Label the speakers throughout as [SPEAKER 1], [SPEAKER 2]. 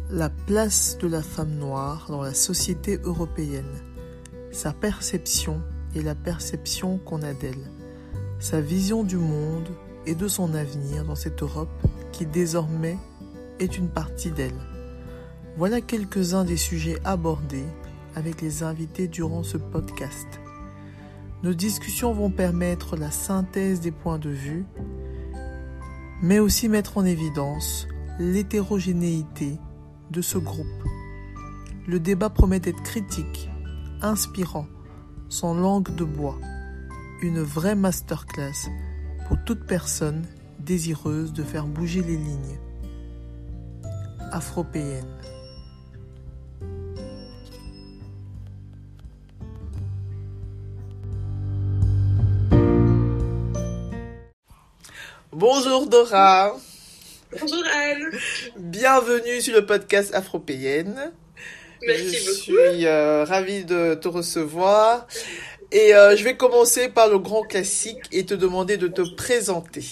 [SPEAKER 1] La place de la femme noire dans la société européenne, sa perception et la perception qu'on a d'elle, sa vision du monde et de son avenir dans cette Europe qui désormais est une partie d'elle. Voilà quelques-uns des sujets abordés avec les invités durant ce podcast. Nos discussions vont permettre la synthèse des points de vue, mais aussi mettre en évidence l'hétérogénéité de ce groupe. Le débat promet d'être critique, inspirant, sans langue de bois. Une vraie masterclass pour toute personne désireuse de faire bouger les lignes. Afropéenne. Bonjour Dora.
[SPEAKER 2] Bonjour Anne.
[SPEAKER 1] Bienvenue sur le podcast Afropéenne.
[SPEAKER 2] Merci
[SPEAKER 1] beaucoup. Je suis ravie de te recevoir. Et je vais commencer par le grand classique et te demander de te présenter.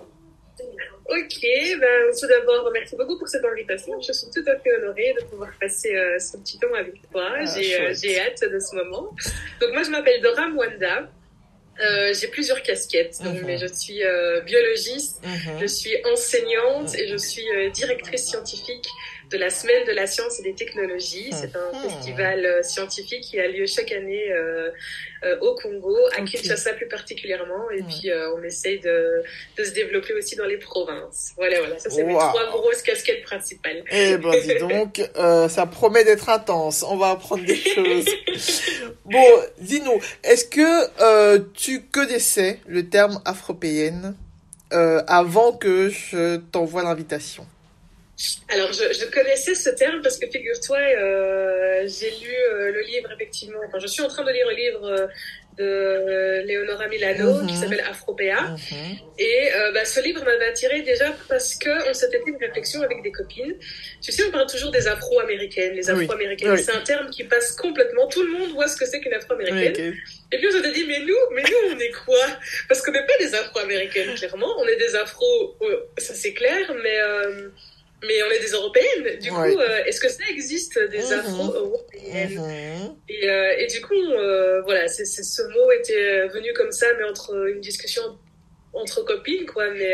[SPEAKER 2] Ok, tout d'abord, merci beaucoup pour cette invitation. Je suis tout à fait honorée de pouvoir passer ce petit temps avec toi. J'ai hâte de ce moment. Donc moi, je m'appelle Dora Mwanda. J'ai plusieurs casquettes, mais je suis biologiste, je suis enseignante et je suis directrice scientifique de la Semaine de la Science et des Technologies. C'est un festival scientifique qui a lieu chaque année au Congo, à Kinshasa plus particulièrement, et puis on essaye de se développer aussi dans les provinces. Voilà, ça c'est mes trois grosses casquettes principales.
[SPEAKER 1] Eh ben dis donc, ça promet d'être intense, on va apprendre des choses. Bon, dis-nous, est-ce que tu connaissais le terme afropéenne avant que je t'envoie l'invitation?
[SPEAKER 2] Alors, je connaissais ce terme parce que, figure-toi, j'ai lu le livre, effectivement. Enfin, je suis en train de lire le livre de Leonora Milano qui s'appelle Afropéa. Et ce livre m'avait attirée déjà parce qu'on s'était fait une réflexion avec des copines. Tu sais, on parle toujours des Afro-Américaines, les Afro-Américaines. Oui. C'est un terme qui passe complètement. Tout le monde voit ce que c'est qu'une Afro-Américaine. Okay. Et puis on s'était dit, mais nous, on est quoi? Parce qu'on n'est pas des Afro-Américaines, clairement. On est des Afro, ça c'est clair, mais on est des Européennes. Du coup, est-ce que ça existe des Afro-Européennes? Et du coup, voilà, ce mot était venu comme ça, mais entre une discussion entre copines, quoi. Mais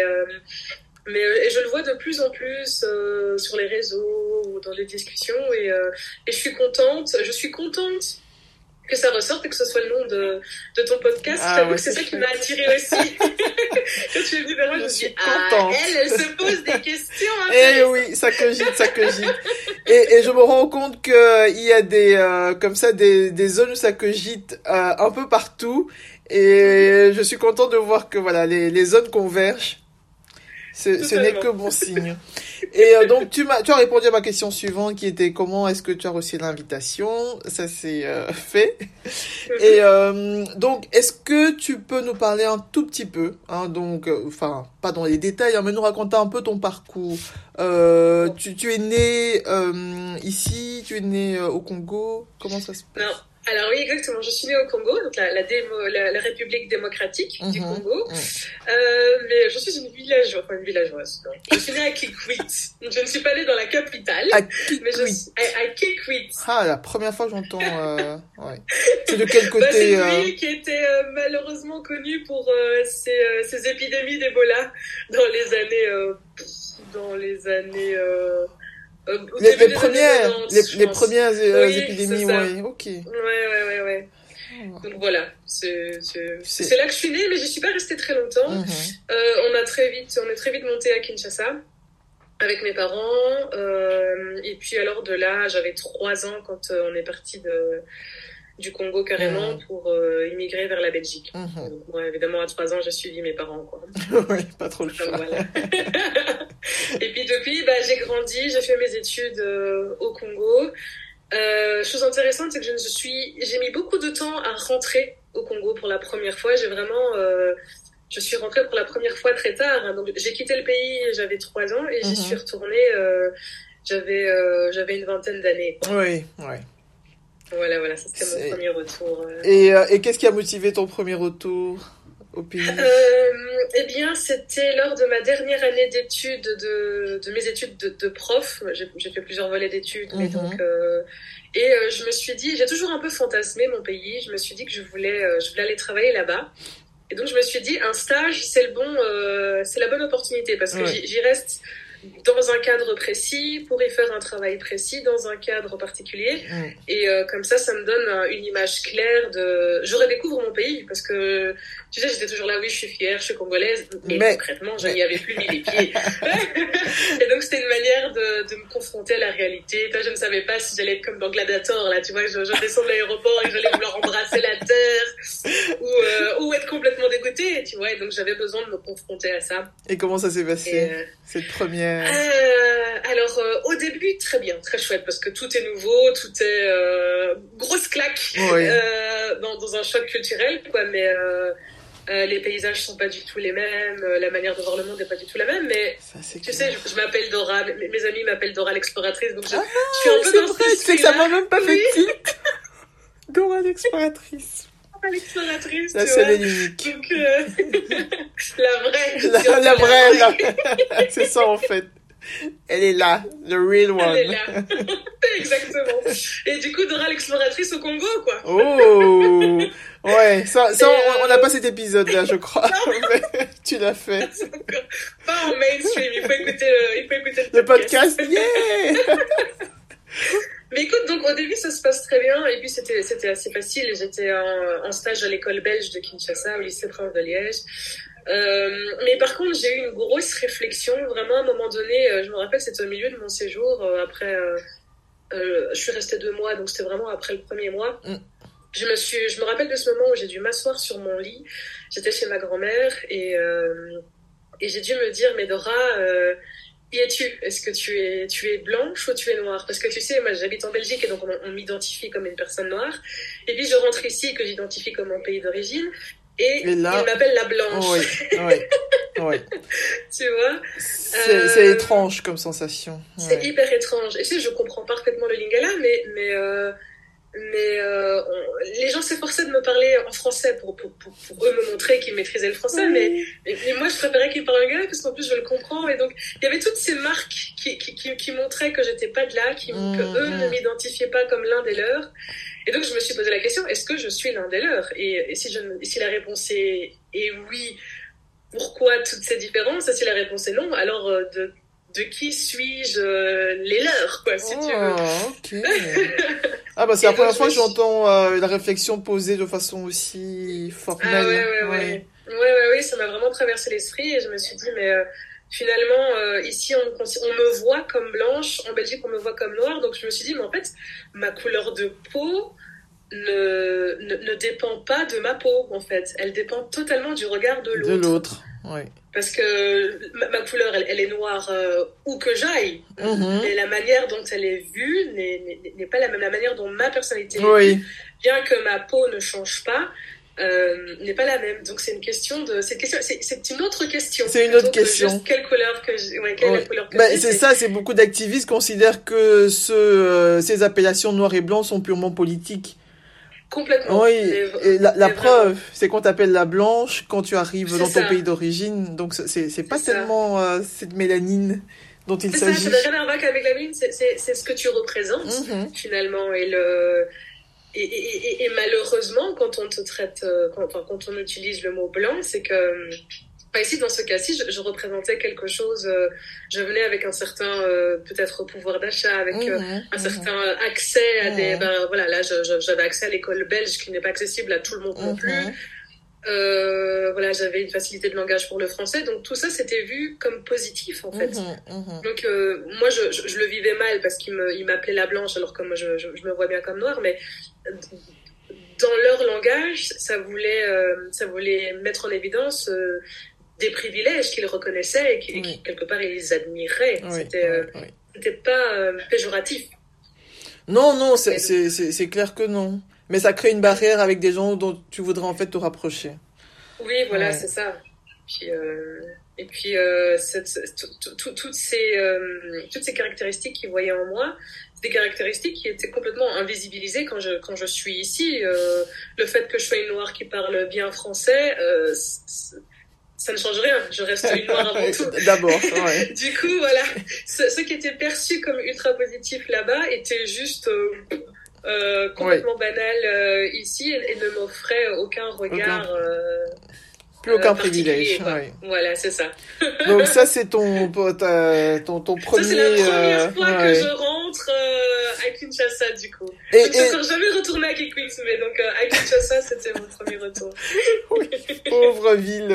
[SPEAKER 2] et je le vois de plus en plus sur les réseaux ou dans les discussions, et je suis contente. Que ça ressorte et que ce soit le nom de ton podcast. C'est ça qui m'a attirée aussi. Quand tu es venue vers moi, je me suis dit, elle se pose des questions.
[SPEAKER 1] Eh oui, ça cogite. Et je me rends compte que il y a des zones où ça cogite un peu partout. Et je suis contente de voir que voilà, les zones convergent. Ce n'est que bon signe. Et donc tu as répondu à ma question suivante qui était comment est-ce que tu as reçu l'invitation? Ça c'est fait. Et donc est-ce que tu peux nous parler un tout petit peu, donc enfin pas dans les détails, mais nous raconter un peu ton parcours. Tu es né ici, tu es né au Congo, comment ça se passe?
[SPEAKER 2] Non. Alors oui, exactement. Je suis née au Congo, donc la République démocratique du Congo. Mais je suis une villageoise. Donc. Je suis née à Kikwit. Je ne suis pas née dans la capitale.
[SPEAKER 1] À Kikwit.
[SPEAKER 2] À Kikwit.
[SPEAKER 1] La première fois que j'entends. Ouais. C'est de quel côté?
[SPEAKER 2] C'est une ville qui était malheureusement connue pour ces épidémies d'Ebola dans les années.
[SPEAKER 1] Les premières épidémies,
[SPEAKER 2] ouais. Ok. Ouais. Donc voilà, c'est là que je suis née, mais j'y suis pas restée très longtemps. On est très vite monté à Kinshasa avec mes parents. Et puis alors de là, j'avais 3 ans quand on est parti du Congo carrément pour immigrer vers la Belgique. Donc moi, évidemment, à 3 ans, j'ai suivi mes parents, quoi.
[SPEAKER 1] Oui, pas trop le choix.
[SPEAKER 2] Voilà. Et puis depuis, j'ai grandi, j'ai fait mes études au Congo. Chose intéressante, c'est que j'ai mis beaucoup de temps à rentrer au Congo pour la première fois. Je suis rentrée pour la première fois très tard. Donc j'ai quitté le pays, j'avais 3 ans et j'y suis retournée. J'avais une vingtaine d'années, quoi.
[SPEAKER 1] Oui.
[SPEAKER 2] Voilà, ça c'était mon premier retour.
[SPEAKER 1] Et qu'est-ce qui a motivé ton premier retour au pays?
[SPEAKER 2] Eh bien, c'était lors de ma dernière année d'études, de mes études de prof. J'ai fait plusieurs volets d'études, mais donc... je me suis dit, j'ai toujours un peu fantasmé mon pays. Je me suis dit que je voulais aller travailler là-bas. Et donc, je me suis dit, un stage, c'est la bonne opportunité parce que j'y reste dans un cadre précis, pour y faire un travail précis, dans un cadre particulier. Et comme ça me donne une image claire de... Je redécouvre mon pays parce que, tu sais, j'étais toujours là, oui, je suis fière, je suis congolaise, mais concrètement, je n'y avais plus mis les pieds. Et donc, c'était une manière de me confronter à la réalité. Je ne savais pas si j'allais être comme dans Gladiator, là, tu vois, je descends de l'aéroport et j'allais vouloir embrasser la terre ou être complètement dégoûtée, tu vois. Et donc, j'avais besoin de me confronter à ça.
[SPEAKER 1] Et comment ça s'est passé, cette première...
[SPEAKER 2] Alors, au début, très bien, très chouette, parce que tout est nouveau, tout est grosse claque dans un choc culturel, quoi, mais les paysages sont pas du tout les mêmes, la manière de voir le monde n'est pas du tout la même, mais ça, tu sais, je m'appelle Dora, mes amis m'appellent Dora l'exploratrice, donc je suis un peu dans ce
[SPEAKER 1] vrai, tu sais que ça m'a même pas fait tilt. Dora l'exploratrice.
[SPEAKER 2] L'exploratrice,
[SPEAKER 1] la seule et unique.
[SPEAKER 2] Donc, la vraie.
[SPEAKER 1] La vraie, c'est ça en fait. Elle est là, the real one.
[SPEAKER 2] Elle est là, exactement. Et du coup, Dora l'exploratrice au Congo, quoi.
[SPEAKER 1] Oh, ouais, ça on n'a pas cet épisode-là, je crois. Mais tu l'as fait.
[SPEAKER 2] Pas en mainstream, il faut écouter
[SPEAKER 1] le podcast. Yeah.
[SPEAKER 2] Mais écoute, donc au début ça se passe très bien et puis c'était assez facile. J'étais en stage à l'école belge de Kinshasa, au lycée Prince de Liège. Mais par contre, j'ai eu une grosse réflexion. Vraiment, à un moment donné, je me rappelle, c'était au milieu de mon séjour. Après, je suis restée 2 mois, donc c'était vraiment après le premier mois. Je me rappelle de ce moment où j'ai dû m'asseoir sur mon lit. J'étais chez ma grand-mère et j'ai dû me dire, mais Dora, qui es-tu? Est-ce que tu es blanche ou tu es noire? Parce que tu sais, moi j'habite en Belgique et donc on m'identifie comme une personne noire. Et puis je rentre ici que j'identifie comme mon pays d'origine. Et là, il m'appelle la blanche.
[SPEAKER 1] Oui.
[SPEAKER 2] Tu vois?
[SPEAKER 1] C'est étrange comme sensation.
[SPEAKER 2] C'est hyper étrange. Et tu sais, je comprends parfaitement le lingala, mais les gens s'efforçaient de me parler en français pour eux me montrer qu'ils maîtrisaient le français, mais moi je préférais qu'ils parlent lingala parce qu'en plus je le comprends. Et donc il y avait toutes ces marques qui montraient que j'étais pas de là, que eux ne m'identifiaient pas comme l'un des leurs. Et donc, je me suis posé la question, est-ce que je suis l'un des leurs? Et si la réponse est oui, pourquoi toutes ces différences? Et si la réponse est non, alors de qui suis-je les leurs, quoi, si tu veux.
[SPEAKER 1] Ok. Ah bah c'est la première fois que j'entends la réflexion posée de façon aussi formelle.
[SPEAKER 2] Ah oui, ça m'a vraiment traversé l'esprit et je me suis dit, mais... finalement, ici, on me voit comme blanche, en Belgique, on me voit comme noire. Donc, je me suis dit, mais en fait, ma couleur de peau ne dépend pas de ma peau, en fait. Elle dépend totalement du regard de l'autre.
[SPEAKER 1] De l'autre, oui.
[SPEAKER 2] Parce que ma couleur, elle est noire où que j'aille. Mais la manière dont elle est vue n'est pas la même. La manière dont ma personnalité est vue, bien que ma peau ne change pas, n'est pas la même. Donc c'est une autre question.
[SPEAKER 1] C'est une autre question.
[SPEAKER 2] Juste quelle couleur que j'ai. Quelle est la couleur que j'ai.
[SPEAKER 1] C'est ça, c'est beaucoup d'activistes considèrent que ces appellations noir et blanc sont purement politiques.
[SPEAKER 2] Complètement.
[SPEAKER 1] Oui, et la preuve, c'est qu'on t'appelle la blanche quand tu arrives dans ton pays d'origine. Donc c'est pas tellement cette mélanine dont il s'agit.
[SPEAKER 2] Ça n'a rien à voir avec la mélanine, c'est ce que tu représentes finalement. Et malheureusement, quand on te traite, quand on utilise le mot blanc, c'est que ici, dans ce cas-ci, je représentais quelque chose. Je venais avec un certain peut-être pouvoir d'achat, avec un certain accès à des. Là, j'avais accès à l'école belge qui n'est pas accessible à tout le monde non plus. J'avais une facilité de langage pour le français, donc tout ça c'était vu comme positif en fait. Donc moi je le vivais mal parce qu'il m'appelait la blanche alors que moi je me vois bien comme noire, mais dans leur langage ça voulait mettre en évidence des privilèges qu'ils reconnaissaient et qui quelque part ils admiraient. C'était pas péjoratif.
[SPEAKER 1] Non, c'est clair que non. Mais ça crée une barrière avec des gens dont tu voudrais en fait te rapprocher.
[SPEAKER 2] Oui, voilà, c'est ça. Puis, Et puis toutes ces caractéristiques qu'ils voyaient en moi, des caractéristiques qui étaient complètement invisibilisées quand je suis ici. Le fait que je sois une noire qui parle bien français, ça ne change rien. Je reste une noire avant tout.
[SPEAKER 1] D'abord, ouais.
[SPEAKER 2] Du coup, voilà, ce qui était perçu comme ultra positif là-bas était juste complètement banal ici et ne m'offrait aucun regard.
[SPEAKER 1] Plus aucun privilège.
[SPEAKER 2] Ouais. Voilà, c'est ça.
[SPEAKER 1] Donc ça, c'est ton premier...
[SPEAKER 2] Ça, c'est la première fois que je rentre à Kinshasa, du coup. Je ne suis encore jamais retournée à Kikwit, mais donc à Kinshasa, c'était mon premier retour.
[SPEAKER 1] Oui, pauvre ville.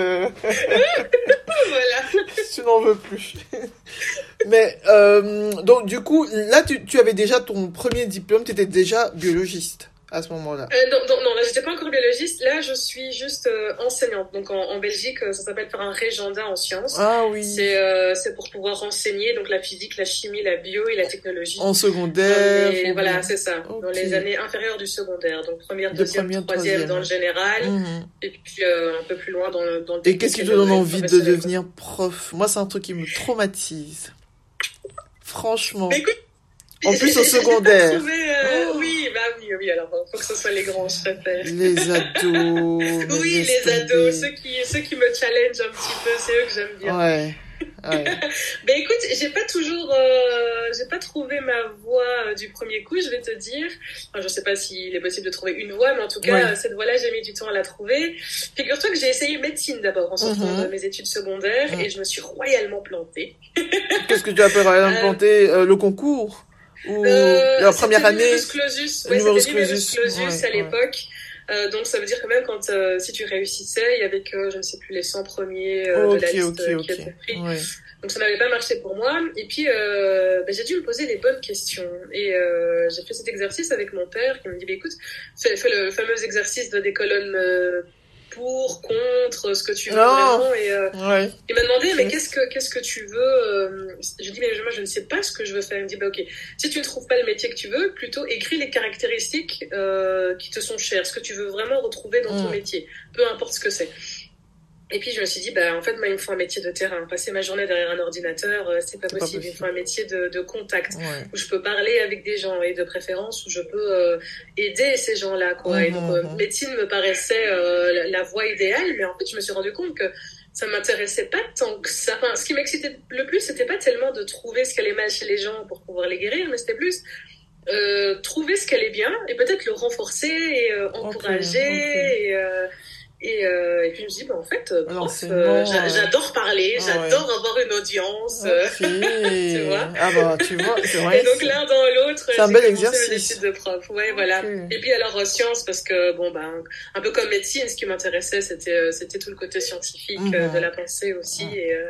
[SPEAKER 2] Voilà.
[SPEAKER 1] Tu n'en veux plus. Mais, donc du coup, là, tu avais déjà ton premier diplôme, tu étais déjà biologiste à ce moment-là.
[SPEAKER 2] Non, là, j'étais pas encore biologiste. Là, je suis juste enseignante. Donc, en Belgique, ça s'appelle faire un régenda en sciences.
[SPEAKER 1] Ah oui.
[SPEAKER 2] C'est pour pouvoir enseigner donc la physique, la chimie, la bio et la technologie.
[SPEAKER 1] En secondaire.
[SPEAKER 2] Voilà, c'est ça. Okay. Dans les années inférieures du secondaire. Donc, première, deuxième, troisième dans le général. Et puis, un peu plus loin dans le
[SPEAKER 1] Et qu'est-ce qui te donne envie de devenir prof? Moi, c'est un truc qui me traumatise. Franchement.
[SPEAKER 2] Mais écoute,
[SPEAKER 1] en plus, au secondaire.
[SPEAKER 2] Oui, alors, faut que ce soit les grands, je préfère.
[SPEAKER 1] Les ados.
[SPEAKER 2] Oui, les ados, ceux qui me challengent un petit peu, c'est eux que j'aime bien.
[SPEAKER 1] Ouais.
[SPEAKER 2] Ben écoute, j'ai pas trouvé ma voie du premier coup, je vais te dire. Enfin, je sais pas s'il est possible de trouver une voie, mais en tout cas, cette voie-là, j'ai mis du temps à la trouver. Figure-toi que j'ai essayé médecine d'abord en sortant de mes études secondaires et je me suis royalement plantée.
[SPEAKER 1] Qu'est-ce que tu appelles royalement plantée? Le concours? Ou la première année?
[SPEAKER 2] C'était numerus clausus à l'époque. Donc ça veut dire que même quand si tu réussissais, il y avait que je ne sais plus les 100 premiers de la liste qui étaient pris. Ouais. Donc ça n'avait pas marché pour moi. Et puis j'ai dû me poser les bonnes questions. Et j'ai fait cet exercice avec mon père qui me dit écoute, fais le fameux exercice des colonnes pour, contre, ce que tu veux vraiment. Et il m'a demandé mais qu'est-ce que tu veux Je dis mais moi je ne sais pas ce que je veux faire. Il me dit ok, si tu ne trouves pas le métier que tu veux, plutôt écris les caractéristiques qui te sont chères, ce que tu veux vraiment retrouver dans ton métier, peu importe ce que c'est. Et puis je me suis dit en fait moi il me faut un métier de terrain. Passer ma journée derrière un ordinateur, c'est pas possible. Il me faut un métier de contact où je peux parler avec des gens et de préférence où je peux aider ces gens-là quoi. Et donc médecine me paraissait la voie idéale, mais en fait je me suis rendu compte que ça m'intéressait pas tant que ça. Enfin, ce qui m'excitait le plus, c'était pas tellement de trouver ce qui allait mal chez les gens pour pouvoir les guérir, mais c'était plus trouver ce qui allait bien et peut-être le renforcer et encourager. Et puis je me dis en fait prof, j'adore parler, j'adore avoir une audience. Tu vois.
[SPEAKER 1] Ah bah tu vois, c'est vrai.
[SPEAKER 2] Et donc l'un dans l'autre,
[SPEAKER 1] c'est un bel exercice.
[SPEAKER 2] Mes études de prof. Ouais, voilà. Et puis alors sciences parce que un peu comme médecine, ce qui m'intéressait c'était tout le côté scientifique de la pensée aussi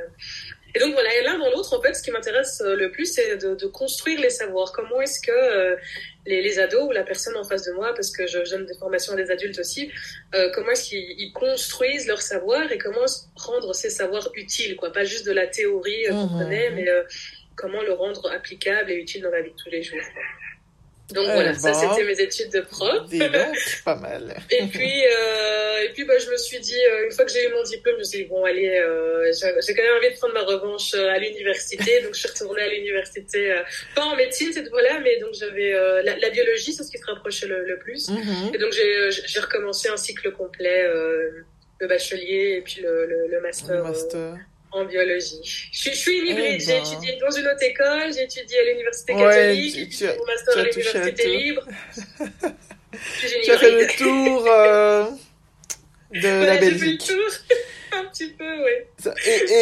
[SPEAKER 2] et donc voilà, et l'un dans l'autre, en fait, ce qui m'intéresse le plus, c'est de construire les savoirs. Comment est-ce que les ados ou la personne en face de moi, parce que je donne des formations à des adultes aussi, comment est-ce qu'ils construisent leur savoir et comment rendre ces savoirs utiles, quoi. Pas juste de la théorie qu'on connaît, mais comment le rendre applicable et utile dans la vie de tous les jours, quoi. Donc voilà, ça c'était mes études de prof.
[SPEAKER 1] Donc, pas mal.
[SPEAKER 2] Et puis je me suis dit, une fois que j'ai eu mon diplôme, je me suis dit bon allez, j'ai quand même envie de prendre ma revanche à l'université. Donc je suis retournée à l'université, pas en médecine cette fois-là, mais donc j'avais la biologie, c'est ce qui se rapprochait le plus. Et donc j'ai recommencé un cycle complet, le bachelier et puis le master. En biologie. Je suis une hybride. J'ai étudié dans une autre école, j'ai étudié à l'université catholique, et puis mon master à l'université libre.
[SPEAKER 1] Tu as fait le tour de la Belgique.
[SPEAKER 2] J'ai fait le tour, un petit peu, oui.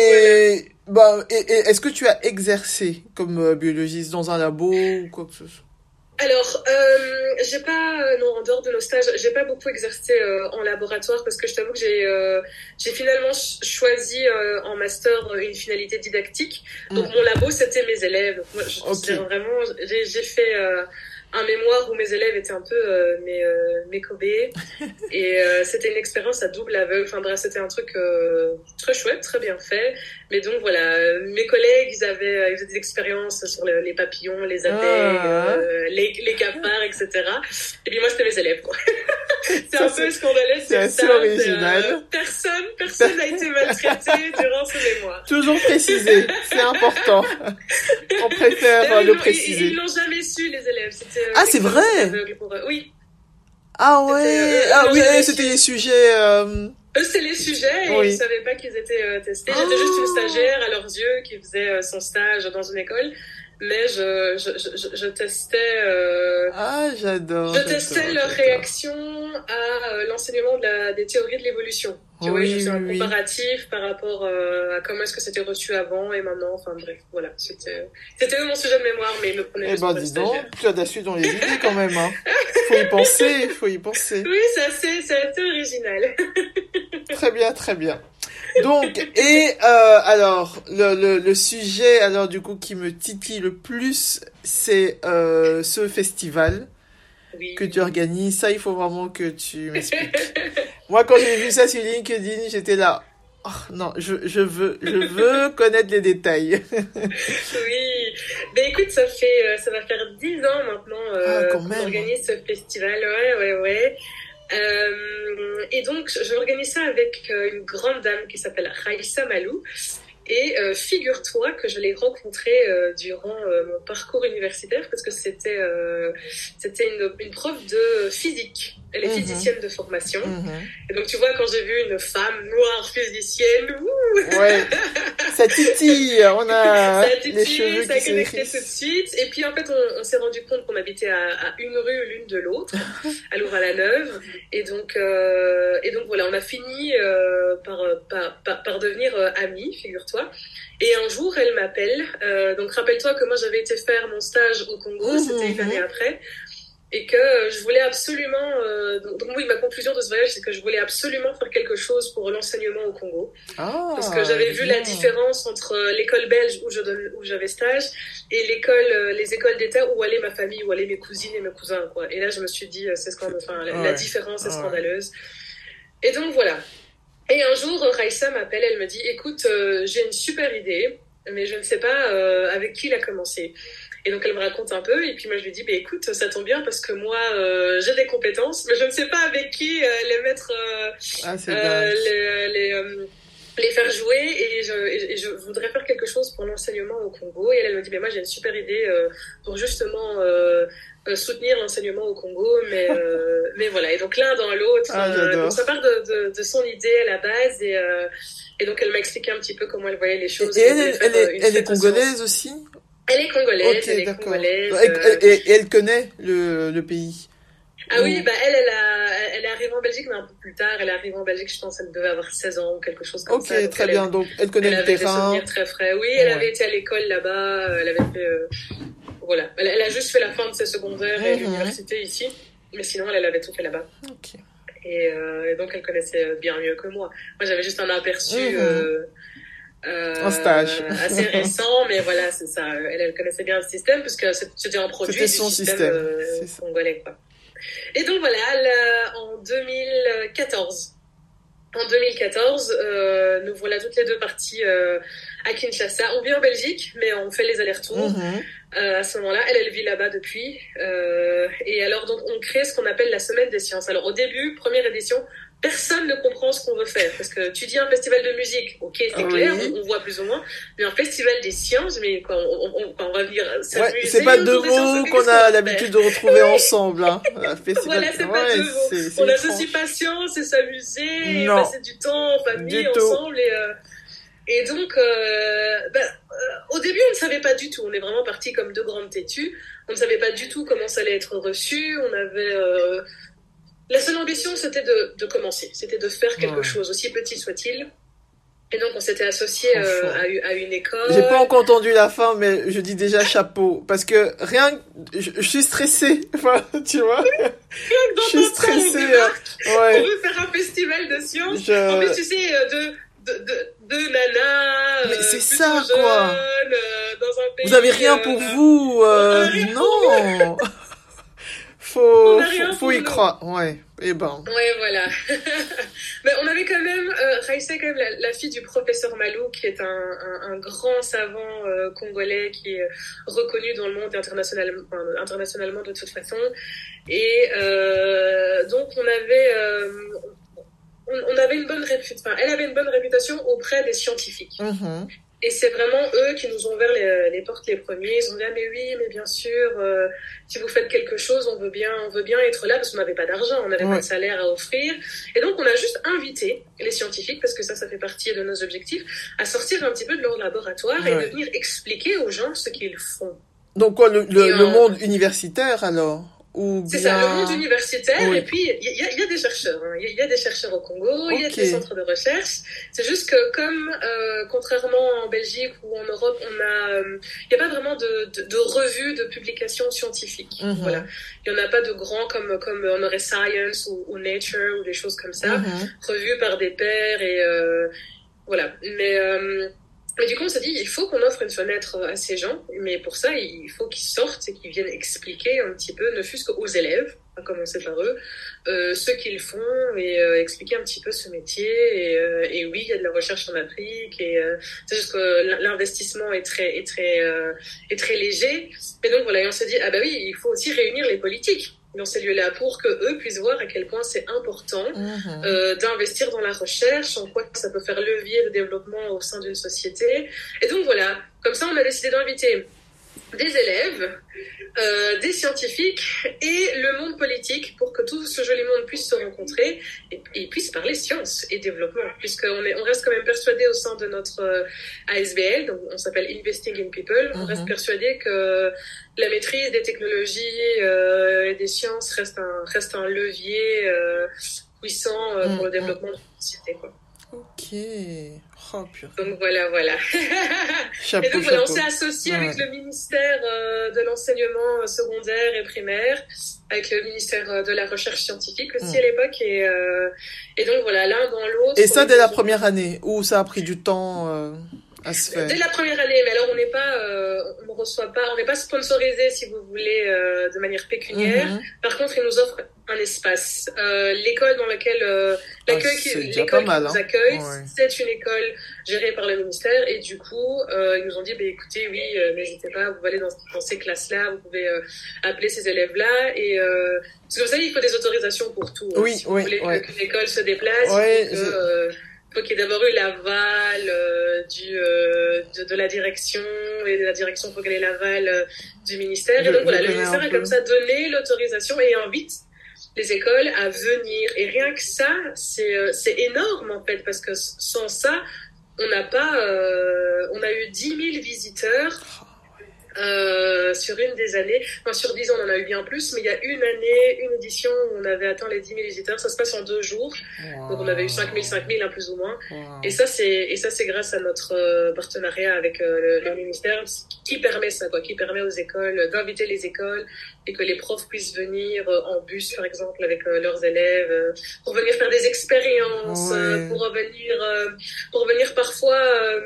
[SPEAKER 1] Et est-ce que tu as exercé comme biologiste dans un labo ou quoi que ce soit?
[SPEAKER 2] Alors, j'ai pas, non, en dehors de nos stages, j'ai pas beaucoup exercé en laboratoire parce que je t'avoue que j'ai finalement choisi en master une finalité didactique. Donc mon labo, c'était mes élèves. Moi, je considère vraiment, j'ai fait un mémoire où mes élèves étaient un peu mes cobayes et c'était une expérience à double aveugle. Enfin bref, c'était un truc très chouette, très bien fait. Mais donc voilà, mes collègues, ils faisaient des expériences sur les papillons, les abeilles, les cafards, etc. Et puis moi, c'était mes élèves, quoi. C'est un peu scandaleux de
[SPEAKER 1] C'est
[SPEAKER 2] dire
[SPEAKER 1] assez
[SPEAKER 2] ça.
[SPEAKER 1] original.
[SPEAKER 2] Personne n'a été maltraité durant ce mémoire.
[SPEAKER 1] Toujours préciser, c'est important. On préfère le préciser.
[SPEAKER 2] Ils l'ont jamais su, les élèves.
[SPEAKER 1] Ah, c'est vrai?
[SPEAKER 2] Pour eux. Oui.
[SPEAKER 1] Ah ouais. C'était les sujets.
[SPEAKER 2] Eux, c'est les sujets et
[SPEAKER 1] oui.
[SPEAKER 2] ils savaient pas qu'ils étaient testés. J'étais juste une stagiaire à leurs yeux qui faisait son stage dans une école. Mais je testais.
[SPEAKER 1] J'adore.
[SPEAKER 2] Je testais leur réaction à l'enseignement des théories de l'évolution. Tu vois, je faisais un comparatif par rapport à comment est-ce que c'était reçu avant et maintenant. Enfin bref, voilà. C'était mon sujet de mémoire, mais ils me prenaient juste pour une stagiaire.
[SPEAKER 1] Dis donc, tu as de la suite dans les idées quand même. Hein. Faut y penser.
[SPEAKER 2] Oui, c'est assez original.
[SPEAKER 1] Très bien, très bien. Donc, alors, le sujet, alors, du coup, qui me titille le plus, c'est ce festival que tu organises. Ça, il faut vraiment que tu m'expliques. Moi, quand j'ai vu ça sur LinkedIn, j'étais là. Oh, non, je veux connaître les détails.
[SPEAKER 2] Oui. Ben, écoute, ça va faire 10 ans maintenant qu'on organise ce festival. Ouais. Et donc, je organise ça avec une grande dame qui s'appelle Raissa Malou. Et figure-toi que je l'ai rencontrée durant mon parcours universitaire parce que c'était une prof de physique. Elle est physicienne de formation. Et donc, tu vois, quand j'ai vu une femme noire physicienne,
[SPEAKER 1] ouais, ça titille, on a les cheveux
[SPEAKER 2] ça a
[SPEAKER 1] qui
[SPEAKER 2] connecté
[SPEAKER 1] se
[SPEAKER 2] tout de suite. Et puis, en fait, on s'est rendu compte qu'on habitait à une rue l'une de l'autre, à Louvain-la-Neuve. Et donc voilà, on a fini par devenir amies, figure-toi. Et un jour, elle m'appelle. Donc, rappelle-toi que moi, j'avais été faire mon stage au Congo, c'était une année après. Et que je voulais absolument... donc oui, ma conclusion de ce voyage, c'est que je voulais absolument faire quelque chose pour l'enseignement au Congo. Parce que j'avais vu la différence entre l'école belge où j'avais stage et les écoles d'État où allait ma famille, où allaient mes cousines et mes cousins, quoi. Et là, je me suis dit, la différence est scandaleuse. Et donc, voilà. Et un jour, Raissa m'appelle, elle me dit, écoute, j'ai une super idée, mais je ne sais pas avec qui la commencer. Et donc, elle me raconte un peu, et puis moi, je lui dis, écoute, ça tombe bien, parce que moi, j'ai des compétences, mais je ne sais pas avec qui les mettre, les faire jouer, et je voudrais faire quelque chose pour l'enseignement au Congo. Et elle me dit, mais moi, j'ai une super idée pour justement soutenir l'enseignement au Congo, mais voilà. Et donc, l'un dans l'autre, donc ça part de son idée à la base, et donc, elle m'a expliqué un petit peu comment elle voyait les choses.
[SPEAKER 1] Et elle est congolaise aussi?
[SPEAKER 2] Elle est congolaise,
[SPEAKER 1] okay, elle est congolaise. Et elle connaît le pays.
[SPEAKER 2] Ah oui, elle est arrivée en Belgique, mais un peu plus tard. Elle est arrivée en Belgique, je pense, elle devait avoir 16 ans ou quelque chose comme ça.
[SPEAKER 1] Ok, très bien. Donc, elle connaît le terrain.
[SPEAKER 2] Elle avait des souvenirs très frais. Oui, elle avait été à l'école là-bas. Elle avait fait... voilà. Elle a juste fait la fin de ses secondaires et l'université ici. Mais sinon, elle avait tout fait là-bas.
[SPEAKER 1] Ok.
[SPEAKER 2] Et donc, elle connaissait bien mieux que moi. Moi, j'avais juste un aperçu...
[SPEAKER 1] en stage.
[SPEAKER 2] Assez récent, mais voilà, c'est ça. Elle connaissait bien le système, parce que c'était un produit du système congolais, quoi. Et donc voilà, en 2014, nous voilà toutes les deux parties à Kinshasa. On vit en Belgique, mais on fait les allers-retours. À ce moment-là, elle vit là-bas depuis. Et alors, donc, on crée ce qu'on appelle la Semaine des Sciences. Alors, au début, première édition, personne ne comprend ce qu'on veut faire. Parce que tu dis un festival de musique, ok, c'est clair, on voit plus ou moins. Mais un festival des sciences, mais quoi, on va venir s'amuser.
[SPEAKER 1] Ouais, c'est pas deux mots qu'on a l'habitude de retrouver ensemble. Hein.
[SPEAKER 2] Festival... Voilà, c'est pas deux mots. On associe pas science et s'amuser, et passer du temps en famille, ensemble. Et donc, au début, on ne savait pas du tout. On est vraiment partis comme deux grandes têtues. On ne savait pas du tout comment ça allait être reçu. On avait... La seule ambition, c'était de commencer. C'était de faire quelque chose, aussi petit soit-il. Et donc, on s'était associés à une école.
[SPEAKER 1] J'ai pas encore entendu la fin, mais je dis déjà chapeau. Parce que je suis stressée. Enfin, tu vois.
[SPEAKER 2] Je suis stressée. On veut faire un festival de sciences. En plus, tu sais, de nanas.
[SPEAKER 1] Mais c'est ça, jeunes, quoi.
[SPEAKER 2] Dans un pays,
[SPEAKER 1] vous avez rien pour vous. Non. Faut y croire. Ouais. Eh ben.
[SPEAKER 2] Ouais, voilà. Mais on avait quand même, Raïssa est quand même la fille du professeur Malou, qui est un grand savant congolais qui est reconnu dans le monde internationalement de toute façon. Et donc on avait une bonne réputation, enfin, elle avait une bonne réputation auprès des scientifiques.
[SPEAKER 1] Mm-hmm.
[SPEAKER 2] Et c'est vraiment eux qui nous ont ouvert les portes les premiers. Ils ont dit ah mais oui, mais bien sûr, si vous faites quelque chose, on veut bien être là parce qu'on n'avait pas d'argent, on n'avait pas de salaire à offrir. Et donc on a juste invité les scientifiques, parce que ça fait partie de nos objectifs, à sortir un petit peu de leur laboratoire et de venir expliquer aux gens ce qu'ils font.
[SPEAKER 1] Donc quoi, le monde universitaire alors?
[SPEAKER 2] C'est ça, le monde universitaire, et puis il y a des chercheurs, hein. Il y a des chercheurs au Congo, il y a des centres de recherche. C'est juste que comme contrairement en Belgique ou en Europe, il n'y a pas vraiment de revues de publications scientifiques. Mm-hmm. Voilà, il y en a pas de grands comme on aurait Science ou Nature ou des choses comme ça, revues par des pairs et voilà. Mais du coup, on s'est dit, il faut qu'on offre une fenêtre à ces gens, mais pour ça, il faut qu'ils sortent et qu'ils viennent expliquer un petit peu, ne fût-ce qu'aux élèves, à commencer par eux, ce qu'ils font et expliquer un petit peu ce métier. Et oui, il y a de la recherche en Afrique et c'est juste que l'investissement est très léger. Et donc voilà, et on s'est dit, ah bah oui, il faut aussi réunir les politiques dans ces lieux-là pour que eux puissent voir à quel point c'est important d'investir dans la recherche, en quoi ça peut faire levier de développement au sein d'une société. Et donc voilà, comme ça on a décidé d'inviter des élèves, des scientifiques et le monde politique pour que tout ce joli monde puisse se rencontrer et puisse parler science et développement, puisqu'on reste quand même persuadé au sein de notre ASBL, donc on s'appelle Investing in People, on reste persuadé que la maîtrise des technologies et des sciences reste un levier puissant pour le développement de la société, quoi.
[SPEAKER 1] Ok. Oh, purée.
[SPEAKER 2] Donc voilà. Et donc voilà, on s'est associé avec le ministère de l'enseignement secondaire et primaire, avec le ministère de la recherche scientifique aussi à l'époque, et donc voilà, l'un dans l'autre.
[SPEAKER 1] Et ça dès la première année, où ça a pris du temps à se faire?
[SPEAKER 2] Dès la première année, mais alors on n'est pas sponsorisé, si vous voulez, de manière pécuniaire. Par contre, ils nous offrent un espace. L'école dans laquelle l'école qui nous accueille, c'est une école gérée par le ministère, et du coup, ils nous ont dit, écoutez, oui, n'hésitez pas, vous allez dans ces classes-là, vous pouvez appeler ces élèves-là, et parce que vous savez, il faut des autorisations pour tout. Si vous voulez qu'une école se déplace, il faut qu'il y ait d'abord eu l'aval de la direction, et de la direction, il faut qu'elle ait l'aval du ministère. Et donc voilà, le ministère a comme ça donné l'autorisation et invite les écoles à venir. Et rien que ça, c'est énorme en fait, parce que sans ça, on a eu 10 000 visiteurs sur une des années. Enfin, sur 10 ans, on en a eu bien plus, mais il y a une édition où on avait atteint les 10 000 visiteurs. Ça se passe en 2 jours. Donc, on avait eu 5 000, plus ou moins. Et ça, c'est grâce à notre partenariat avec le ministère qui permet ça, qui permet aux écoles d'inviter les écoles et que les profs puissent venir en bus, par exemple, avec leurs élèves, pour venir faire des expériences, pour venir parfois...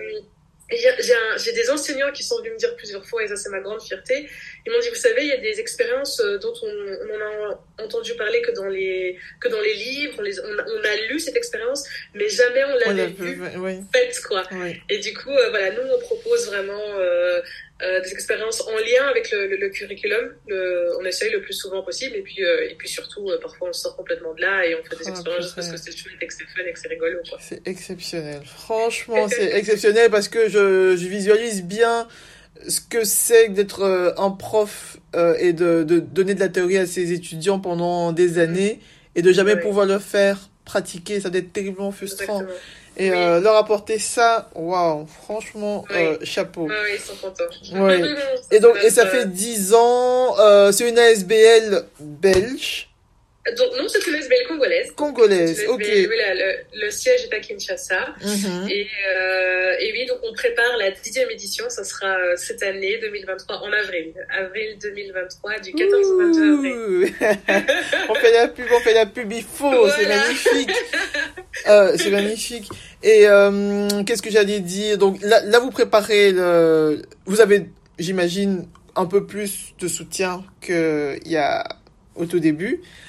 [SPEAKER 2] J'ai des enseignants qui sont venus me dire plusieurs fois, et ça c'est ma grande fierté, ils m'ont dit, vous savez, il y a des expériences dont on a entendu parler que dans les livres, on a lu cette expérience, mais jamais on l'avait vue faite, quoi. Et du coup, voilà, nous on propose vraiment des expériences en lien avec le curriculum. On essaye le plus souvent possible, et puis surtout, parfois on sort complètement de là et on fait des expériences juste parce que c'est chouette et que c'est fun et que c'est rigolo, quoi.
[SPEAKER 1] C'est exceptionnel. Franchement, c'est exceptionnel parce que je visualise bien ce que c'est d'être un prof et de donner de la théorie à ses étudiants pendant des années et de jamais pouvoir le faire pratiquer. Ça doit être terriblement frustrant.
[SPEAKER 2] Exactement.
[SPEAKER 1] Et leur apporter ça, waouh, franchement, chapeau.
[SPEAKER 2] Oui, ils sont contents.
[SPEAKER 1] Et donc, ça fait 10 ans, c'est une ASBL belge.
[SPEAKER 2] Donc, non, c'est une ASBL congolaise.
[SPEAKER 1] Congolaise, ok.
[SPEAKER 2] Oui, le siège est à Kinshasa. Et oui, donc on prépare la 10e édition. Ça sera cette année, 2023, en avril. Avril 2023, du 14 au 22 avril.
[SPEAKER 1] on fait la pub, il faut. Voilà. C'est magnifique. C'est magnifique. Et qu'est-ce que j'allais dire? Donc là, vous préparez vous avez, j'imagine, un peu plus de soutien qu'il y a au tout début.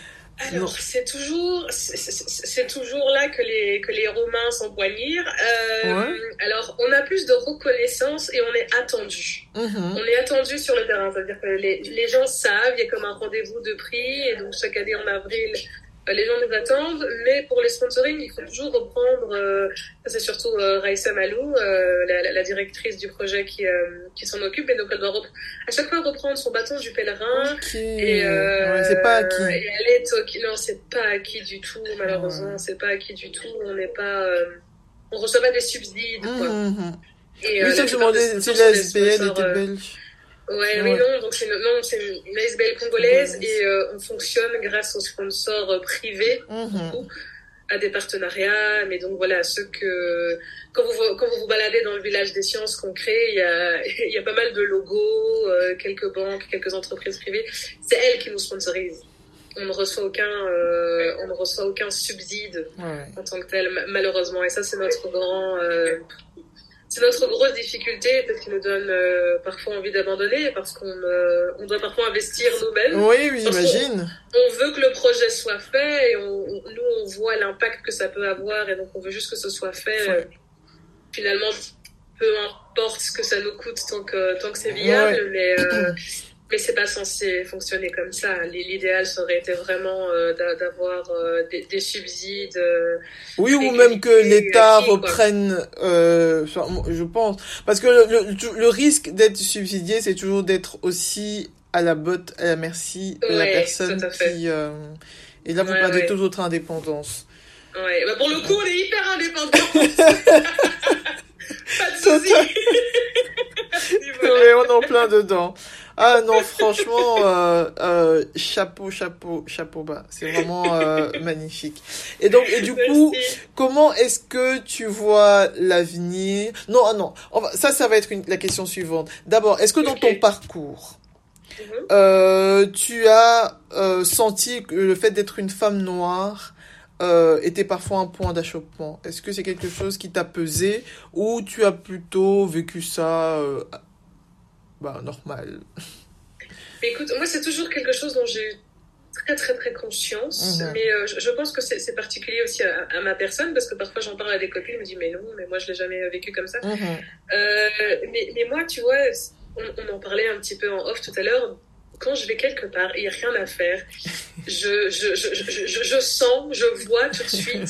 [SPEAKER 2] Alors, c'est toujours là que les Romains s'empoignirent. Alors, on a plus de reconnaissance et on est attendu. On est attendu sur le terrain. C'est-à-dire que les gens savent, il y a comme un rendez-vous de prix. Et donc, chaque année en avril, les gens nous attendent. Mais pour les sponsoring, il faut toujours reprendre... ça, c'est surtout Raïssa Malou, la directrice du projet qui s'en occupe. Et donc, elle doit à chaque fois reprendre son bâton du pèlerin.
[SPEAKER 1] Et c'est pas acquis.
[SPEAKER 2] Et elle est non, c'est pas acquis du tout, malheureusement. C'est pas acquis du tout. On n'est pas... on reçoit pas des subsides, quoi. Et,
[SPEAKER 1] oui, c'est que je demandais si la SBL était belge.
[SPEAKER 2] Oui, non, donc c'est une ASBL congolaise et on fonctionne grâce aux sponsors privés, beaucoup, à des partenariats. Mais donc voilà, quand vous baladez dans le village des sciences qu'on crée, il y a pas mal de logos, quelques banques, quelques entreprises privées. C'est elles qui nous sponsorisent. On ne reçoit aucun subside en tant que tel, malheureusement. Et ça, c'est notre grosse difficulté, peut-être qui nous donne parfois envie d'abandonner, parce qu'on doit parfois investir nous-mêmes.
[SPEAKER 1] Oui, j'imagine.
[SPEAKER 2] On veut que le projet soit fait, et nous, on voit l'impact que ça peut avoir, et donc on veut juste que ce soit fait. Finalement, peu importe ce que ça nous coûte, tant que c'est viable, mais c'est pas censé fonctionner comme ça. L'idéal, ça aurait été vraiment d'avoir des subsides.
[SPEAKER 1] Ou même que l'État reprenne, je pense. Parce que le risque d'être subsidié, c'est toujours d'être aussi à la merci de la personne qui... et là, vous perdez toute votre indépendance.
[SPEAKER 2] Ouais, pour le coup, on est hyper indépendants. Pas de soucis.
[SPEAKER 1] Mais on est en plein dedans. Ah non, franchement, chapeau bas. C'est vraiment magnifique. Et du coup, comment est-ce que tu vois l'avenir? Non, ça va être la question suivante. D'abord, est-ce que dans ton parcours, tu as senti que le fait d'être une femme noire était parfois un point d'achoppement? Est-ce que c'est quelque chose qui t'a pesé, ou tu as plutôt vécu ça normal?
[SPEAKER 2] Écoute, moi, c'est toujours quelque chose dont j'ai eu très, très, très conscience. Mais je pense que c'est particulier aussi à ma personne, parce que parfois, j'en parle à des copines, je me dis, mais non, mais moi, je l'ai jamais vécu comme ça. Mais moi, tu vois, on en parlait un petit peu en off tout à l'heure. Quand je vais quelque part et il n'y a rien à faire, je sens, je vois tout de suite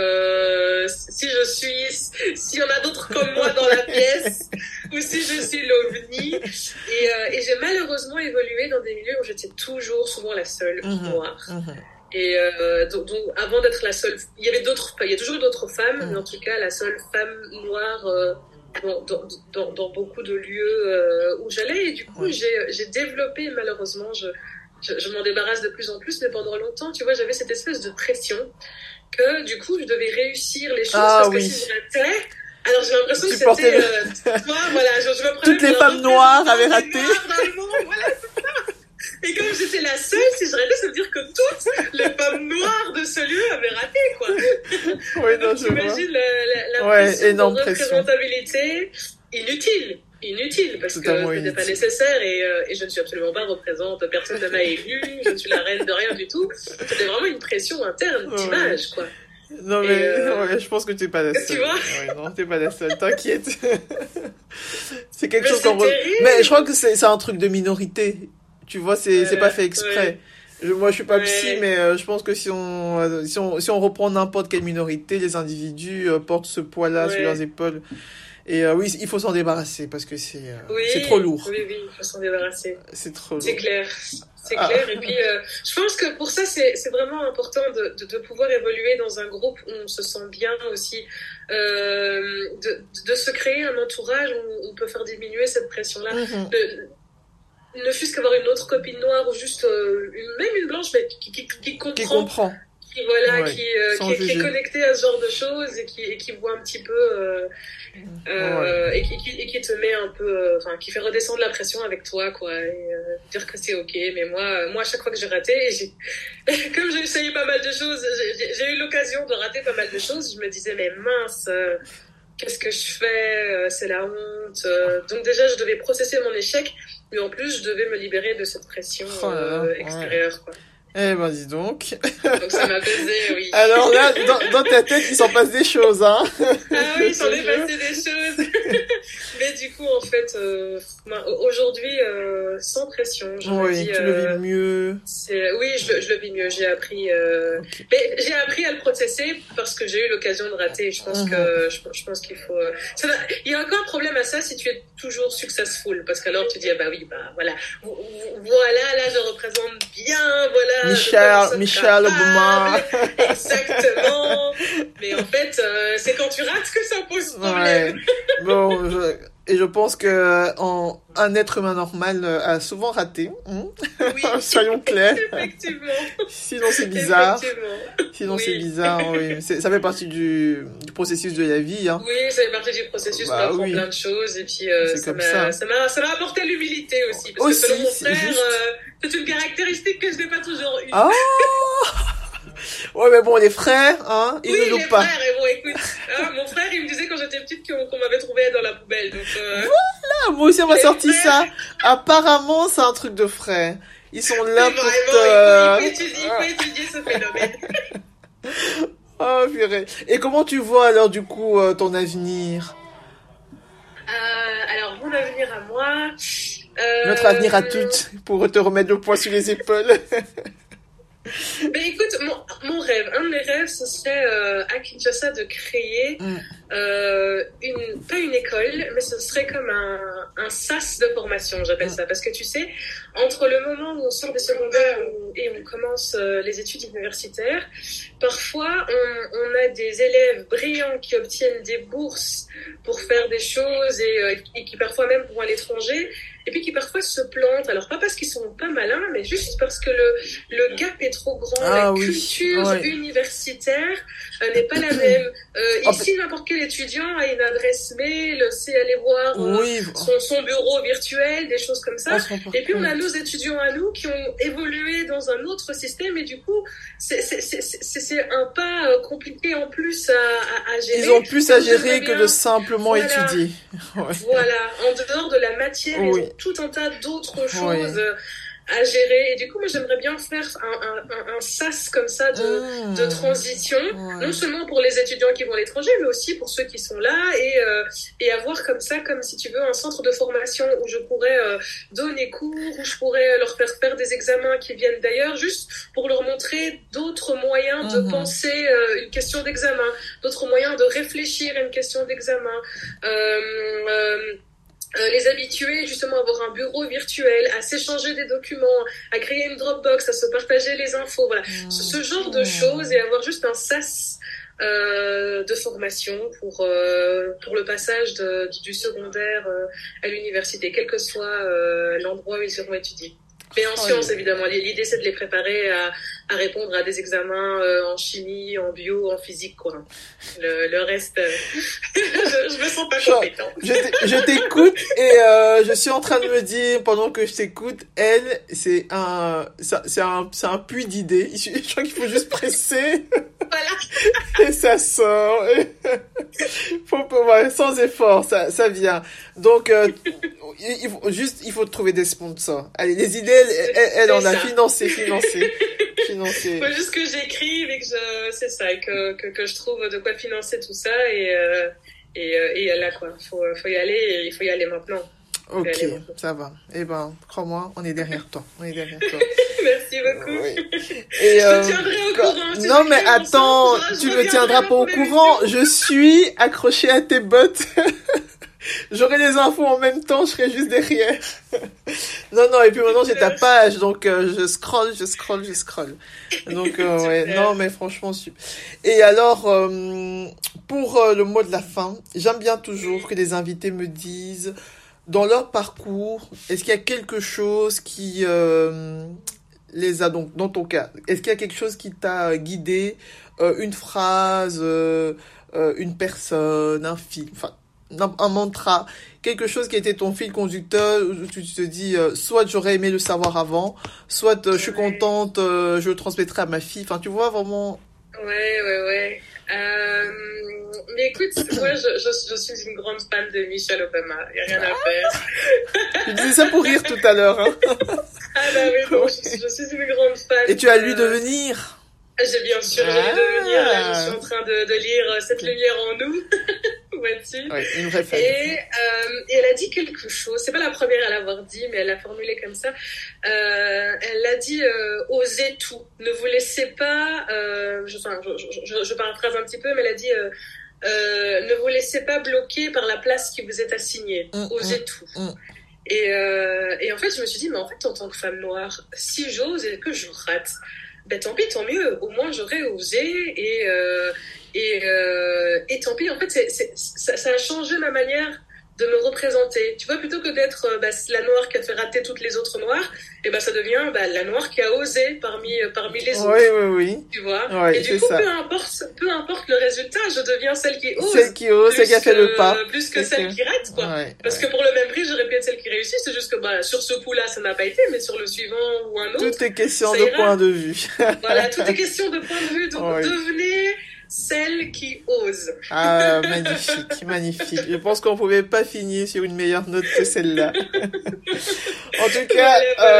[SPEAKER 2] s'il y en a d'autres comme moi dans la pièce, ou si je suis l'ovni. Et j'ai malheureusement évolué dans des milieux où j'étais souvent la seule noire. Et donc avant d'être la seule, il y a toujours d'autres femmes, mais en tout cas la seule femme noire dans beaucoup de lieux où j'allais. Et du coup, j'ai développé, malheureusement, je m'en débarrasse de plus en plus, mais pendant longtemps, tu vois, j'avais cette espèce de pression que, du coup, je devais réussir les choses, parce que si je ratais, alors j'ai l'impression que c'était... voilà, je me prenais
[SPEAKER 1] toutes les femmes noires avaient raté.
[SPEAKER 2] Dans le monde, voilà, c'est ça. Et comme j'étais la seule, si je ratais, ça veut dire que toutes les femmes noires de ce lieu avaient raté, quoi.
[SPEAKER 1] Oui, non, je vois.
[SPEAKER 2] T'imagines la pression
[SPEAKER 1] énorme
[SPEAKER 2] de représentabilité inutile, parce que ce n'était pas nécessaire, et je ne suis absolument pas représente, personne ne m'a élue, je ne suis la reine de rien du tout. C'était vraiment une pression interne d'image, quoi.
[SPEAKER 1] Non, mais je pense que tu n'es pas la seule.
[SPEAKER 2] Tu vois?
[SPEAKER 1] Non, tu n'es pas la seule, t'inquiète. C'est quelque chose qu'on... Mais je crois que c'est un truc de minorité. Tu vois, c'est pas fait exprès. Moi, je suis pas psy, mais je pense que si on reprend n'importe quelle minorité, les individus portent ce poids-là sur leurs épaules. Et oui, il faut s'en débarrasser, parce que c'est trop lourd.
[SPEAKER 2] Oui, il faut s'en débarrasser.
[SPEAKER 1] C'est trop lourd.
[SPEAKER 2] C'est clair. C'est clair. Et puis, je pense que pour ça, c'est vraiment important de pouvoir évoluer dans un groupe où on se sent bien aussi, de se créer un entourage où on peut faire diminuer cette pression-là. Ne fût-ce qu'avoir une autre copine noire, ou juste même une blanche, mais qui comprend. Qui est connectée à ce genre de choses, et qui voit un petit peu et qui te met un peu, qui fait redescendre la pression avec toi, quoi, et dire que c'est ok. Mais moi à chaque fois que j'ai raté, comme j'ai essayé pas mal de choses, j'ai eu l'occasion de rater pas mal de choses, je me disais, mais mince, qu'est-ce que je fais, c'est la honte. Donc déjà, je devais processer mon échec, mais en plus, je devais me libérer de cette pression extérieure, quoi.
[SPEAKER 1] Eh ben, dis donc.
[SPEAKER 2] Donc ça m'a pesé, oui.
[SPEAKER 1] Alors là, dans ta tête, il s'en passe des choses, hein.
[SPEAKER 2] Ah oui, il s'en est passé des choses. Mais du coup, en fait, aujourd'hui, sans pression, je me dis...
[SPEAKER 1] tu le vis mieux.
[SPEAKER 2] Oui, je le vis mieux. J'ai appris... Okay. Mais j'ai appris à le processer parce que j'ai eu l'occasion de rater. Je pense que je pense qu'il faut... Il y a encore un problème à ça si tu es toujours successful. Parce qu'alors, tu dis, ah bah oui, bah voilà. Voilà, là, je représente bien, voilà...
[SPEAKER 1] Michelle Obama.
[SPEAKER 2] Exactement. Mais en fait, c'est quand tu rates que ça pose problème.
[SPEAKER 1] Ouais. Bon, je pense que un être humain normal a souvent raté.
[SPEAKER 2] Oui.
[SPEAKER 1] Soyons clairs.
[SPEAKER 2] Effectivement.
[SPEAKER 1] Sinon, c'est bizarre.
[SPEAKER 2] Sinon,
[SPEAKER 1] c'est bizarre, oui. Ça fait partie du processus de la vie. Hein.
[SPEAKER 2] Oui, ça fait partie du processus. On apprend plein de choses. Et puis, ça m'a apporté l'humilité aussi. Parce que selon mon frère, c'est une caractéristique que je n'ai pas toujours eue.
[SPEAKER 1] Oh ouais, mais bon, les frères, hein, ils ne loupent pas.
[SPEAKER 2] Oui, les frères, et bon, écoute, mon frère, il me disait quand j'étais petite qu'on m'avait trouvé dans la poubelle, donc
[SPEAKER 1] Voilà, moi aussi, on m'a sorti ça. Apparemment, c'est un truc de frère. Ils sont là pour
[SPEAKER 2] il faut étudier ce phénomène.
[SPEAKER 1] Oh, purée. Et comment tu vois, alors, du coup, ton avenir?
[SPEAKER 2] Alors, mon avenir à moi...
[SPEAKER 1] Notre avenir à toutes, pour te remettre le poids sur les épaules.
[SPEAKER 2] Ben écoute, mon rêve, un de mes rêves, ce serait à Kinshasa de créer pas une école, mais ce serait comme un sas de formation, j'appelle ça. Parce que tu sais, entre le moment où on sort des secondaires et on commence les études universitaires, parfois on a des élèves brillants qui obtiennent des bourses pour faire des choses et qui parfois même vont à l'étranger. Et puis qui parfois se plantent, alors pas parce qu'ils sont pas malins, mais juste parce que le gap est trop grand, la culture universitaire n'est pas la même. Ici, n'importe quel étudiant a une adresse mail, sait aller voir son bureau virtuel, des choses comme ça. Et puis on a nos étudiants à nous qui ont évolué dans un autre système et du coup, c'est un pas compliqué en plus à gérer.
[SPEAKER 1] Ils ont plus à gérer que de simplement étudier.
[SPEAKER 2] Voilà, en dehors de la matière, ils ont tout un tas d'autres choses à gérer. Et du coup, moi, j'aimerais bien faire un sas comme ça de transition, non seulement pour les étudiants qui vont à l'étranger, mais aussi pour ceux qui sont là et avoir comme ça, comme si tu veux, un centre de formation où je pourrais donner cours, où je pourrais leur faire des examens qui viennent d'ailleurs, juste pour leur montrer d'autres moyens de penser une question d'examen, d'autres moyens de réfléchir à une question d'examen. Les habituer justement à avoir un bureau virtuel, à s'échanger des documents, à créer une Dropbox, à se partager les infos, voilà. Ce genre de choses et avoir juste un sas de formation pour le passage du secondaire à l'université, quel que soit l'endroit où ils seront étudiés. Mais en sciences, évidemment. L'idée, c'est de les préparer à répondre à des examens en chimie, en bio, en physique, quoi. Le reste, je me sens pas compétente.
[SPEAKER 1] Je t'écoute et je suis en train de me dire, pendant que je t'écoute, c'est un puits d'idées. Je crois qu'il faut juste presser. Voilà. Et ça sort. Sans effort, ça vient. Donc, il faut trouver des sponsors. Allez, les idées, elle en a financé.
[SPEAKER 2] Faut juste que j'écrive et que c'est ça, et que je trouve de quoi financer tout ça et là, quoi. Faut y aller et il faut y aller maintenant.
[SPEAKER 1] Ok, ça va. Eh ben, crois-moi, on est derrière toi.
[SPEAKER 2] Merci beaucoup.
[SPEAKER 1] Oui.
[SPEAKER 2] Et, je te tiendrai au courant.
[SPEAKER 1] Non, mais attends, tu me tiendras pas au courant. Je suis accrochée à tes bottes. J'aurai les infos en même temps, je serai juste derrière. Non, et puis maintenant j'ai ta page, donc je scrolle. Donc non, mais franchement super. Et alors, pour le mot de la fin, j'aime bien toujours que les invités me disent, dans leur parcours, est-ce qu'il y a quelque chose qui les a, donc dans ton cas, est-ce qu'il y a quelque chose qui t'a guidé, une phrase, une personne, un film, enfin, un mantra, quelque chose qui a été ton fil conducteur où tu te dis soit j'aurais aimé le savoir avant, soit je suis contente, je le transmettrai à ma fille, enfin tu vois vraiment.
[SPEAKER 2] Ouais. Mais écoute, moi je suis une grande fan de Michelle Obama, y a rien à faire.
[SPEAKER 1] Tu disais ça pour rire tout à l'heure, hein.
[SPEAKER 2] Ah Voilà, oui, donc je suis une grande fan.
[SPEAKER 1] Et tu as lu Devenir?
[SPEAKER 2] J'ai bien sûr lu Devenir. Là, je suis en train de lire Cette lumière en nous. Vois-tu?
[SPEAKER 1] Oui, une vraie fan.
[SPEAKER 2] Et elle a dit quelque chose. C'est pas la première à l'avoir dit, mais elle l'a formulé comme ça. Elle a dit osez tout. Ne vous laissez pas. Je paraphrase un petit peu, mais elle a dit ne vous laissez pas bloquer par la place qui vous est assignée. Osez tout. Et en fait, je me suis dit, mais en fait, en tant que femme noire, si j'ose et que je rate, ben tant pis, tant mieux. Au moins, j'aurais osé et tant pis. En fait, ça a changé ma manière de me représenter. Tu vois, plutôt que d'être la noire qui a fait rater toutes les autres noires, et ça devient la noire qui a osé parmi les autres.
[SPEAKER 1] Oui.
[SPEAKER 2] Tu vois.
[SPEAKER 1] Oui,
[SPEAKER 2] et du coup, peu importe le résultat, je deviens celle qui ose.
[SPEAKER 1] Celle qui ose, celle qui a fait le pas.
[SPEAKER 2] Plus que celle qui rate, quoi. Parce que pour le même prix, j'aurais pu être celle qui réussit. C'est juste que sur ce coup-là, ça n'a pas été, mais sur le suivant ou un autre.
[SPEAKER 1] Tout est question de point de vue.
[SPEAKER 2] Voilà, tout est question de point de vue. Donc, devenez celle qui ose.
[SPEAKER 1] Ah, magnifique. Je pense qu'on pouvait pas finir sur une meilleure note que celle-là. En tout cas,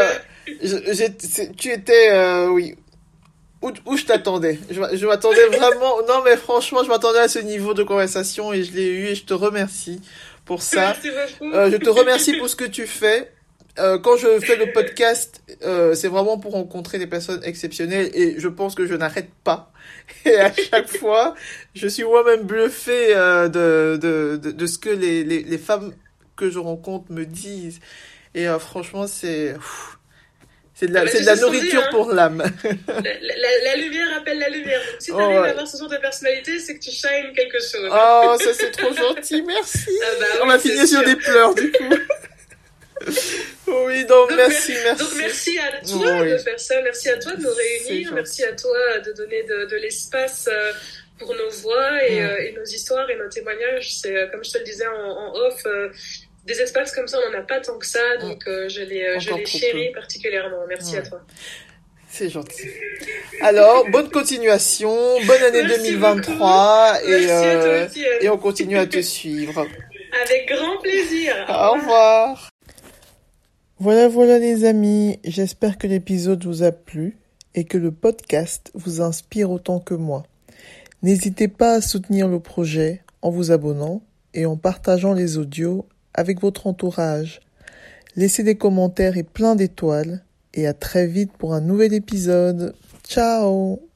[SPEAKER 1] tu étais, oui. Où je t'attendais. Je m'attendais vraiment. Non, mais franchement, je m'attendais à ce niveau de conversation et je l'ai eu et je te remercie pour ça.
[SPEAKER 2] Merci beaucoup.
[SPEAKER 1] Je te remercie pour ce que tu fais. Quand je fais le podcast, c'est vraiment pour rencontrer des personnes exceptionnelles et je pense que je n'arrête pas. Et à chaque fois, je suis moi-même bluffée de ce que les femmes que je rencontre me disent. Et franchement, c'est de la nourriture pour l'âme.
[SPEAKER 2] La lumière appelle la lumière. Donc, si tu arrives à avoir ce genre de personnalité, c'est que tu shines quelque chose.
[SPEAKER 1] Oh, ça c'est trop gentil, merci. On va finir sur des pleurs du coup. Oui, donc merci.
[SPEAKER 2] Donc merci à toi de faire ça, merci à toi de nous réunir, merci à toi de donner de l'espace pour nos voix et nos histoires et nos témoignages. C'est comme je te le disais en off, des espaces comme ça on n'en a pas tant que ça, donc je les chéris particulièrement. Merci à toi.
[SPEAKER 1] C'est gentil. Alors, bonne continuation, bonne année 2023 et on continue à te suivre.
[SPEAKER 2] Avec grand plaisir.
[SPEAKER 1] Au revoir. Voilà les amis, j'espère que l'épisode vous a plu et que le podcast vous inspire autant que moi. N'hésitez pas à soutenir le projet en vous abonnant et en partageant les audios avec votre entourage. Laissez des commentaires et plein d'étoiles et à très vite pour un nouvel épisode. Ciao!